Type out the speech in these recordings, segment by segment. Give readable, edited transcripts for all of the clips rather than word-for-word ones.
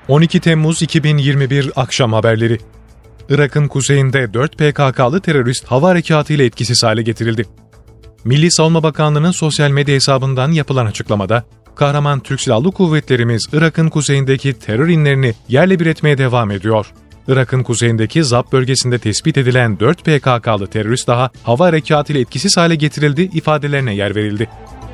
12 Temmuz 2021 akşam haberleri. Irak'ın kuzeyinde 4 PKK'lı terörist hava harekatı ile etkisiz hale getirildi. Milli Savunma Bakanlığı'nın sosyal medya hesabından yapılan açıklamada, kahraman Türk Silahlı Kuvvetlerimiz Irak'ın kuzeyindeki terör inlerini yerle bir etmeye devam ediyor. Irak'ın kuzeyindeki ZAP bölgesinde tespit edilen 4 PKK'lı terörist daha hava harekatı ile etkisiz hale getirildi ifadelerine yer verildi.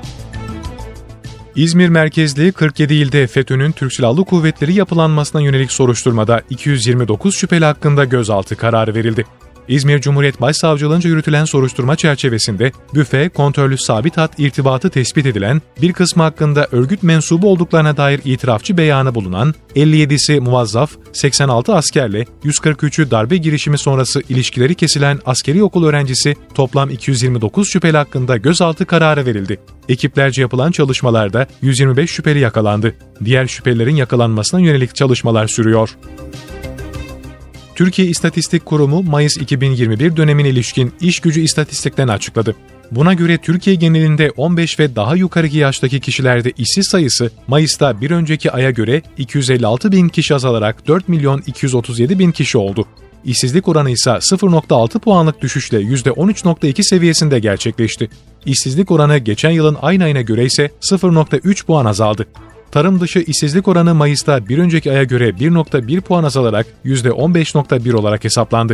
İzmir merkezli 47 ilde FETÖ'nün Türk Silahlı Kuvvetleri yapılanmasına yönelik soruşturmada 229 şüpheli hakkında gözaltı kararı verildi. İzmir Cumhuriyet Başsavcılığınca yürütülen soruşturma çerçevesinde büfe, kontrollü sabit hat irtibatı tespit edilen, bir kısmı hakkında örgüt mensubu olduklarına dair itirafçı beyanı bulunan, 57'si muvazzaf, 86 askerle 143'ü darbe girişimi sonrası ilişkileri kesilen askeri okul öğrencisi toplam 229 şüpheli hakkında gözaltı kararı verildi. Ekiplerce yapılan çalışmalarda 125 şüpheli yakalandı. Diğer şüphelilerin yakalanmasına yönelik çalışmalar sürüyor. Türkiye İstatistik Kurumu Mayıs 2021 dönemine ilişkin iş gücü istatistiklerini açıkladı. Buna göre Türkiye genelinde 15 ve daha yukarıki yaştaki kişilerde işsiz sayısı Mayıs'ta bir önceki aya göre 256 bin kişi azalarak 4 milyon 237 bin kişi oldu. İşsizlik oranı ise 0.6 puanlık düşüşle %13.2 seviyesinde gerçekleşti. İşsizlik oranı geçen yılın aynı ayına göre ise 0.3 puan azaldı. Tarım dışı işsizlik oranı Mayıs'ta bir önceki aya göre 1.1 puan azalarak %15.1 olarak hesaplandı.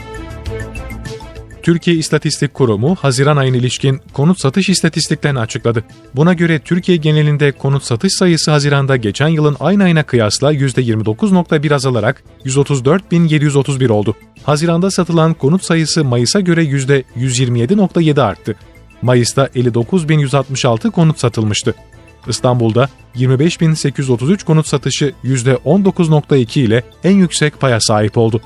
Türkiye İstatistik Kurumu, Haziran ayına ilişkin konut satış istatistiklerini açıkladı. Buna göre Türkiye genelinde konut satış sayısı Haziran'da geçen yılın aynı ayına kıyasla %29.1 azalarak 134.731 oldu. Haziran'da satılan konut sayısı Mayıs'a göre %127.7 arttı. Mayıs'ta 59.166 konut satılmıştı. İstanbul'da 25.833 konut satışı %19.2 ile en yüksek paya sahip oldu.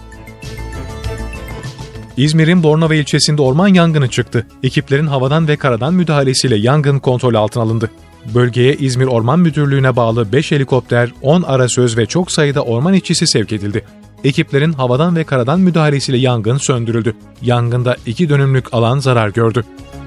İzmir'in Bornova ilçesinde orman yangını çıktı. Ekiplerin havadan ve karadan müdahalesiyle yangın kontrol altına alındı. Bölgeye İzmir Orman Müdürlüğü'ne bağlı 5 helikopter, 10 arasöz ve çok sayıda orman işçisi sevk edildi. Ekiplerin havadan ve karadan müdahalesiyle yangın söndürüldü. Yangında 2 dönümlük alan zarar gördü.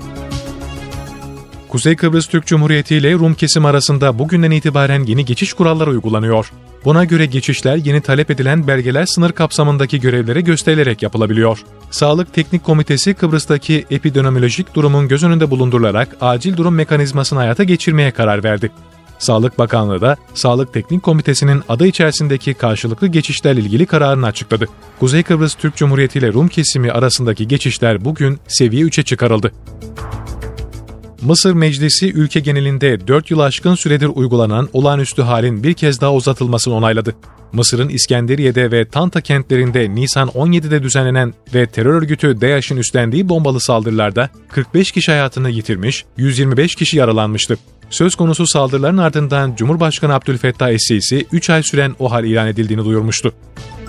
Kuzey Kıbrıs Türk Cumhuriyeti ile Rum kesim arasında bugünden itibaren yeni geçiş kuralları uygulanıyor. Buna göre geçişler yeni talep edilen belgeler sınır kapsamındaki görevlere gösterilerek yapılabiliyor. Sağlık Teknik Komitesi Kıbrıs'taki epidemiolojik durumun göz önünde bulundurularak acil durum mekanizmasını hayata geçirmeye karar verdi. Sağlık Bakanlığı da Sağlık Teknik Komitesi'nin adı içerisindeki karşılıklı geçişlerle ilgili kararını açıkladı. Kuzey Kıbrıs Türk Cumhuriyeti ile Rum kesimi arasındaki geçişler bugün seviye 3'e çıkarıldı. Mısır Meclisi ülke genelinde 4 yıl aşkın süredir uygulanan olağanüstü halin bir kez daha uzatılmasını onayladı. Mısır'ın İskenderiye'de ve Tanta kentlerinde Nisan 17'de düzenlenen ve terör örgütü DAEŞ'in üstlendiği bombalı saldırılarda 45 kişi hayatını yitirmiş, 125 kişi yaralanmıştı. Söz konusu saldırıların ardından Cumhurbaşkanı Abdülfettah Es-Sisi 3 ay süren OHAL ilan edildiğini duyurmuştu.